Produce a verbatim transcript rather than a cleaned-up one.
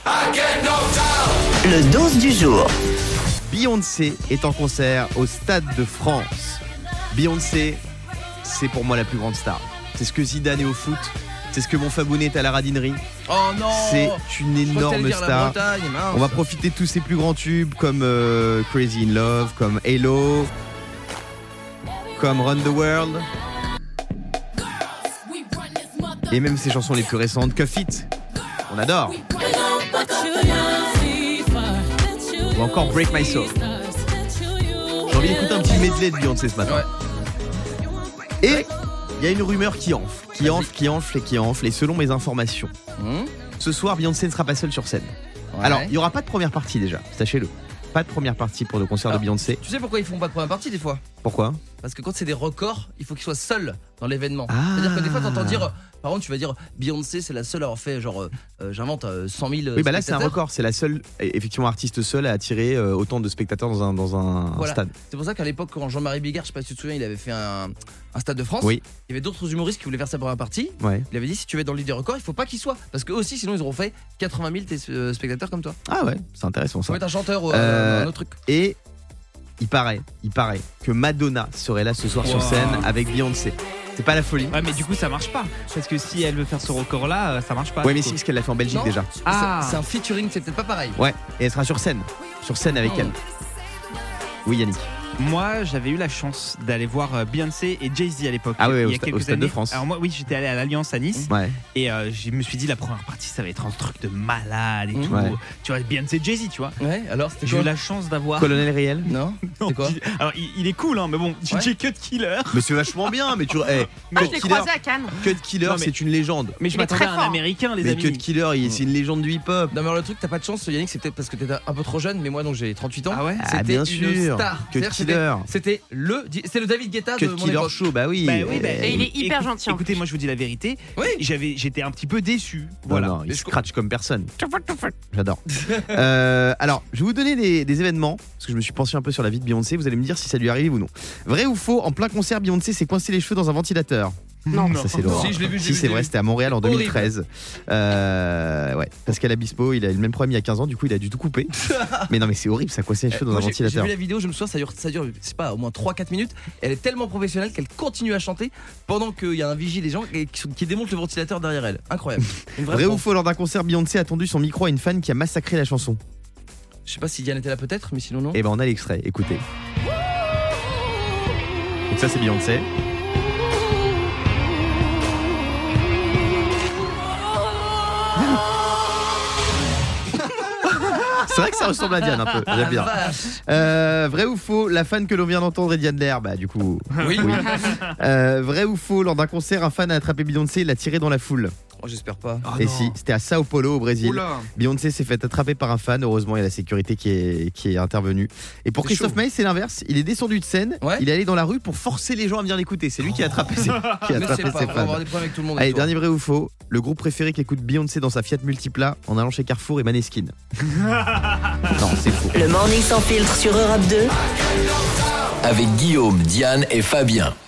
Le dose du jour. Beyoncé est en concert au Stade de France. Beyoncé, c'est pour moi la plus grande star. C'est ce que Zidane est au foot. C'est ce que mon Fabounet est à la radinerie. Oh non. C'est une énorme star. Bretagne, On va profiter de tous ses plus grands tubes comme euh, Crazy in Love, comme Halo, comme Run the World. Et même ses chansons les plus récentes, Cuff It. On adore. Ou encore Break My Soul. J'ai envie d'écouter un petit medley de Beyoncé ce matin. Ouais. Et il y a une rumeur qui enfle, qui enfle, qui enfle et qui enfle. Et selon mes informations, mmh. ce soir Beyoncé ne sera pas seule sur scène. Ouais. Alors il n'y aura pas de première partie déjà, sachez-le. Pas de première partie pour le concert Alors, de Beyoncé. Tu sais pourquoi ils font pas de première partie des fois ? Pourquoi ? Parce que quand c'est des records, il faut qu'ils soient seuls dans l'événement. Ah. C'est-à-dire que des fois t'entends dire, par contre tu vas dire Beyoncé c'est la seule à avoir fait genre, euh, j'invente euh, cent mille. Oui bah là c'est un record, c'est la seule, effectivement artiste seule à attirer euh, autant de spectateurs dans un, dans un voilà. stade. C'est pour ça qu'à l'époque quand Jean-Marie Bigard, je sais pas si tu te souviens, il avait fait un, un Stade de France. Oui. Il y avait d'autres humoristes qui voulaient faire sa première partie. Ouais. Il avait dit si tu veux dans le livre des records, il faut pas qu'il soit. Parce qu'eux aussi sinon ils auront fait quatre-vingt mille euh, spectateurs comme toi. Ah ouais, c'est intéressant ça. Ça va être un chanteur ou euh, un autre truc. Et il paraît, il paraît que Madonna serait là ce soir wow. sur scène avec Beyoncé. C'est pas la folie. Ouais mais du coup ça marche pas. Parce que si elle veut faire ce record là, ça marche pas. Ouais mais si, parce qu'elle l'a fait en Belgique non, déjà. Ah. C'est un featuring, c'est peut-être pas pareil. Ouais, et elle sera sur scène. Sur scène avec oh. elle. Oui Yannick. Moi, j'avais eu la chance d'aller voir Beyoncé et Jay-Z à l'époque. Ah oui, il y a au, quelques au Stade années. de France. Alors moi, oui, j'étais allé à l'Alliance à Nice. Ouais. Et euh, je me suis dit la première partie, ça va être un truc de malade et mmh. tout. Ouais. Tu vois, Beyoncé, Jay-Z, tu vois. Ouais. Alors, c'était j'ai eu la chance d'avoir. Colonel Riel. Non. non c'est quoi alors, il, il est cool, hein, mais bon, ouais. j'ai Cut Killer. Mais c'est vachement bien. Mais tu, hey, ah, je l'ai croisé à Cannes. Cut Killer, non, mais... c'est une légende. Mais je m'attendais à un américain, les mais amis. Cut Killer, il, c'est une légende du hip-hop. Non mais alors le truc, t'as pas de chance, Yannick, c'est peut-être parce que t'étais un peu trop jeune, mais moi donc j'ai trente-huit ans. Ah ouais. Ah bien sûr. Star. Cut Killer. C'était le, c'est le David Guetta Cut de mon Killer époque. Show, bah oui. Bah oui bah, et il est hyper écoute, gentil. Écoutez, moi je vous dis la vérité. Oui. J'avais, j'étais un petit peu déçu. Non, voilà. Non, il scratch comme personne. J'adore. euh, alors, je vais vous donner des, des événements parce que je me suis penché un peu sur la vie de Beyoncé. Vous allez me dire si ça lui arrive ou non. Vrai ou faux ? En plein concert, Beyoncé s'est coincé les cheveux dans un ventilateur. Non, ça c'est l'horreur. Si, je l'ai vu, je si l'ai c'est vu. vrai, c'était à Montréal en deux mille treize. Euh, ouais, Pascal Obispo, il a eu le même problème il y a quinze ans, du coup il a dû tout couper. Mais non, mais c'est horrible, ça coincer les cheveux dans moi, un j'ai, ventilateur. J'ai vu la vidéo, je me souviens, ça dure, ça dure, c'est pas, au moins trois quatre minutes. Elle est tellement professionnelle qu'elle continue à chanter pendant qu'il y a un vigile et gens qui, qui démontent le ventilateur derrière elle. Incroyable. Vrai ou faux, lors d'un concert, Beyoncé a tendu son micro à une fan qui a massacré la chanson. Je sais pas si Diane était là peut-être, mais sinon non. Et ben on a l'extrait, écoutez. Donc ça c'est Beyoncé. C'est vrai que ça ressemble à Diane un peu, j'aime bien. Euh, vrai ou faux, la fan que l'on vient d'entendre est Diane Lair ? Bah du coup, oui. oui. Euh, vrai ou faux, lors d'un concert, un fan a attrapé Beyoncé et l'a tiré dans la foule ? Oh, j'espère pas. Oh, et non. Si, c'était à Sao Paulo au Brésil. Oula. Beyoncé s'est fait attraper par un fan. Heureusement, il y a la sécurité qui est, qui est intervenue. Et pour c'est Christophe Maé, c'est l'inverse. Il est descendu de scène. Ouais. Il est allé dans la rue pour forcer les gens à venir l'écouter. C'est lui qui a attrapé ses, qui a attrapé ses fans. Avoir des problèmes avec tout le monde. Allez, dernier vrai ou faux. Le groupe préféré qui écoute Beyoncé dans sa Fiat Multipla en allant chez Carrefour et Maneskin. Non, c'est faux. Le Morning sans filtre sur Europe deux. Avec Guillaume, Diane et Fabien.